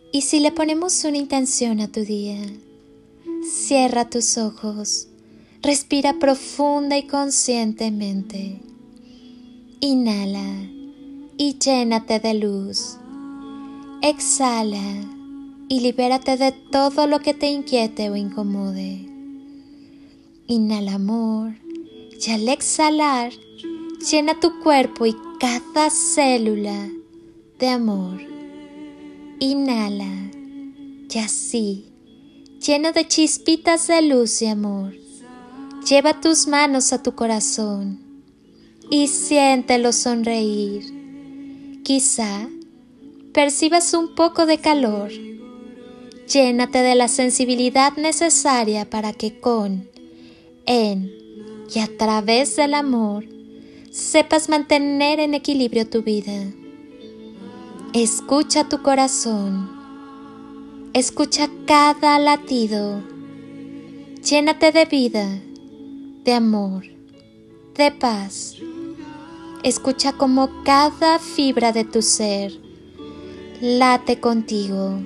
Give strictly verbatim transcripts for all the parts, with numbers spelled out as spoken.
Y si le ponemos una intención a tu día, cierra tus ojos, respira profunda y conscientemente. Inhala y llénate de luz. Exhala y libérate de todo lo que te inquiete o incomode. Inhala amor y al exhalar, llena tu cuerpo y cada célula de amor. Inhala y así, lleno de chispitas de luz y amor, lleva tus manos a tu corazón y siéntelo sonreír. Quizá percibas un poco de calor. Llénate de la sensibilidad necesaria para que con, en y a través del amor sepas mantener en equilibrio tu vida. Escucha tu corazón, escucha cada latido, llénate de vida, de amor, de paz. Escucha cómo cada fibra de tu ser late contigo.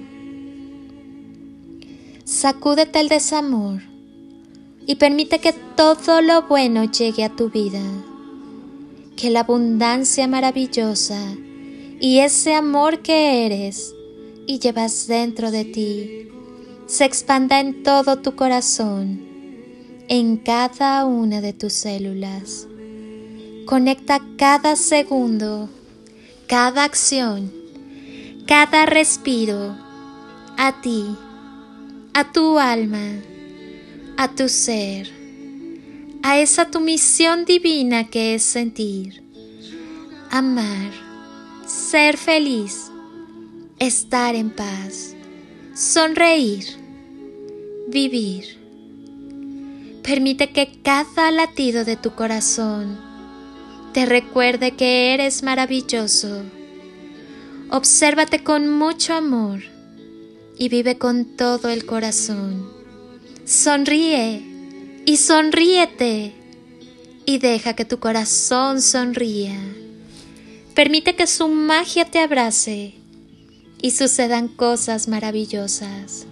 Sacúdete el desamor y permite que todo lo bueno llegue a tu vida, que la abundancia maravillosa y ese amor que eres y llevas dentro de ti se expanda en todo tu corazón, en cada una de tus células. Conecta cada segundo, cada acción, cada respiro a ti, a tu alma, a tu ser, a esa tu misión divina que es sentir, amar, ser feliz, estar en paz, sonreír, vivir. Permite que cada latido de tu corazón te recuerde que eres maravilloso. Obsérvate con mucho amor y vive con todo el corazón. Sonríe y sonríete y deja que tu corazón sonría. Permite que su magia te abrace y sucedan cosas maravillosas.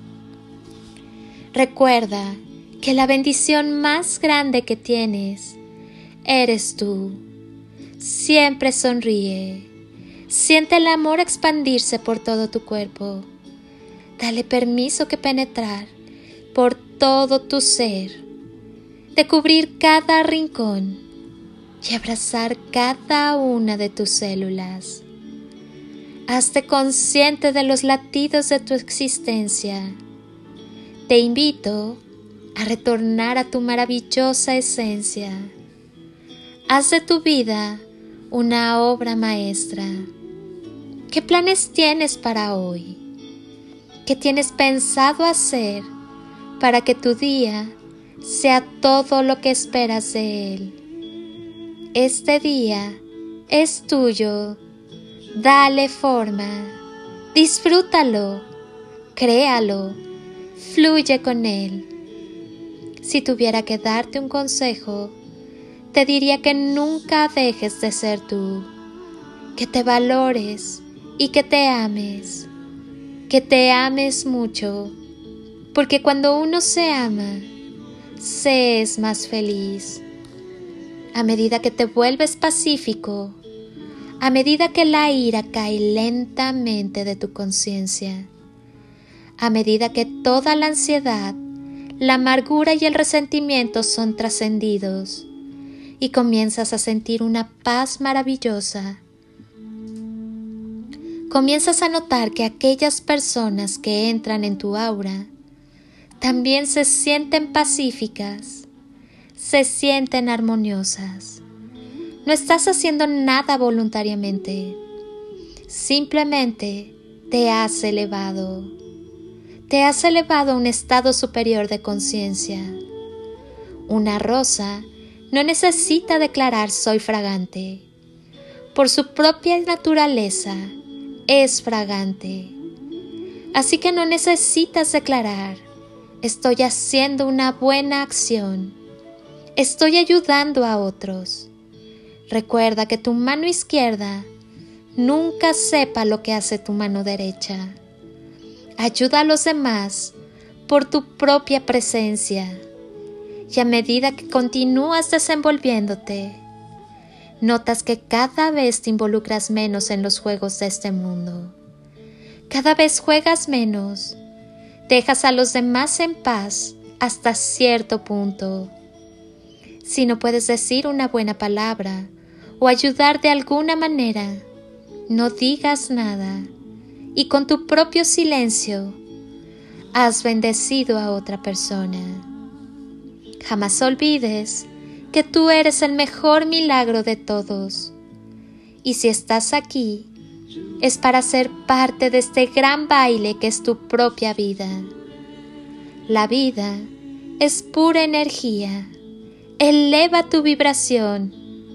Recuerda que la bendición más grande que tienes eres tú. Siempre sonríe. Siente el amor expandirse por todo tu cuerpo. Dale permiso que penetrar por todo tu ser, de cubrir cada rincón y abrazar cada una de tus células. Hazte consciente de los latidos de tu existencia. Te invito a retornar a tu maravillosa esencia. Haz de tu vida una obra maestra. ¿Qué planes tienes para hoy? ¿Qué tienes pensado hacer para que tu día sea todo lo que esperas de él? Este día es tuyo. Dale forma. Disfrútalo. Créalo. Fluye con él. Si tuviera que darte un consejo, te diría que nunca dejes de ser tú, que te valores y que te ames, que te ames mucho, porque cuando uno se ama, se es más feliz. A medida que te vuelves pacífico, a medida que la ira cae lentamente de tu conciencia, a medida que toda la ansiedad, la amargura y el resentimiento son trascendidos y comienzas a sentir una paz maravillosa, comienzas a notar que aquellas personas que entran en tu aura también se sienten pacíficas, se sienten armoniosas. No estás haciendo nada voluntariamente, simplemente te has elevado. Te has elevado a un estado superior de conciencia. Una rosa no necesita declarar soy fragante. Por su propia naturaleza es fragante. Así que no necesitas declarar estoy haciendo una buena acción. Estoy ayudando a otros. Recuerda que tu mano izquierda nunca sepa lo que hace tu mano derecha. Ayuda a los demás por tu propia presencia. Y a medida que continúas desenvolviéndote, notas que cada vez te involucras menos en los juegos de este mundo. Cada vez juegas menos. Dejas a los demás en paz hasta cierto punto. Si no puedes decir una buena palabra o ayudar de alguna manera, no digas nada y con tu propio silencio has bendecido a otra persona. Jamás olvides que tú eres el mejor milagro de todos. Y si estás aquí, es para ser parte de este gran baile que es tu propia vida. La vida es pura energía. Eleva tu vibración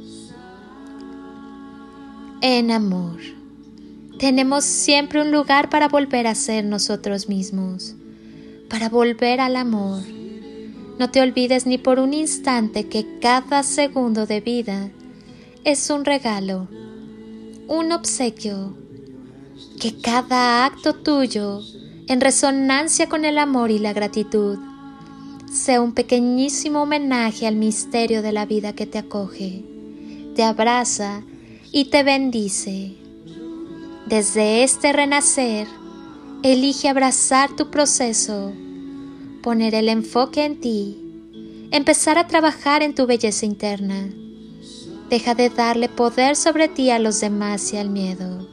en amor. Tenemos siempre un lugar para volver a ser nosotros mismos, para volver al amor. No te olvides ni por un instante que cada segundo de vida es un regalo, un obsequio, que cada acto tuyo, en resonancia con el amor y la gratitud, sea un pequeñísimo homenaje al misterio de la vida que te acoge, te abraza y te bendice. Desde este renacer, elige abrazar tu proceso, poner el enfoque en ti, empezar a trabajar en tu belleza interna. Deja de darle poder sobre ti a los demás y al miedo.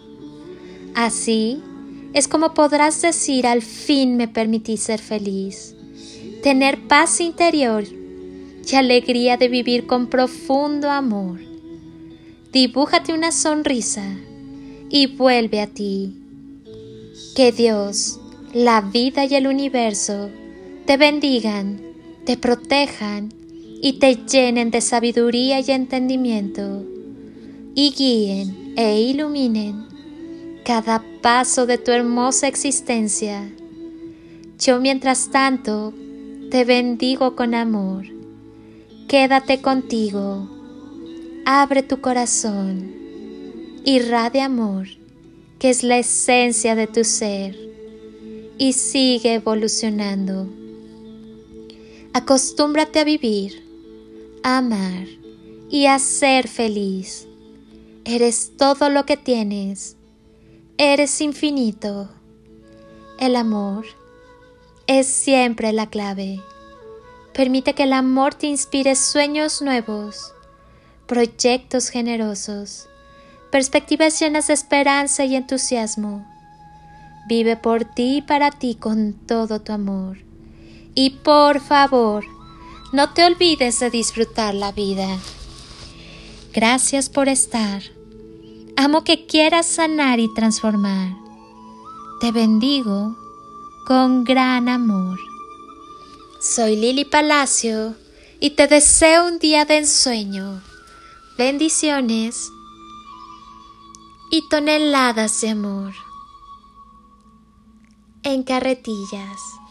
Así es como podrás decir: al fin me permití ser feliz, tener paz interior y alegría de vivir con profundo amor. Dibújate una sonrisa y vuelve a ti. Que Dios, la vida y el universo te bendigan, te protejan y te llenen de sabiduría y entendimiento, y guíen e iluminen cada paso de tu hermosa existencia. Yo, mientras tanto, te bendigo con amor. Quédate contigo, abre tu corazón, irradia amor, que es la esencia de tu ser, y sigue evolucionando. Acostúmbrate a vivir, a amar y a ser feliz. Eres todo lo que tienes. Eres infinito. El amor es siempre la clave. Permite que el amor te inspire sueños nuevos, proyectos generosos, perspectivas llenas de esperanza y entusiasmo. Vive por ti y para ti con todo tu amor. Y por favor, no te olvides de disfrutar la vida. Gracias por estar. Amo que quieras sanar y transformar. Te bendigo con gran amor. Soy Lili Palacio y te deseo un día de ensueño, bendiciones y toneladas de amor. En carretillas.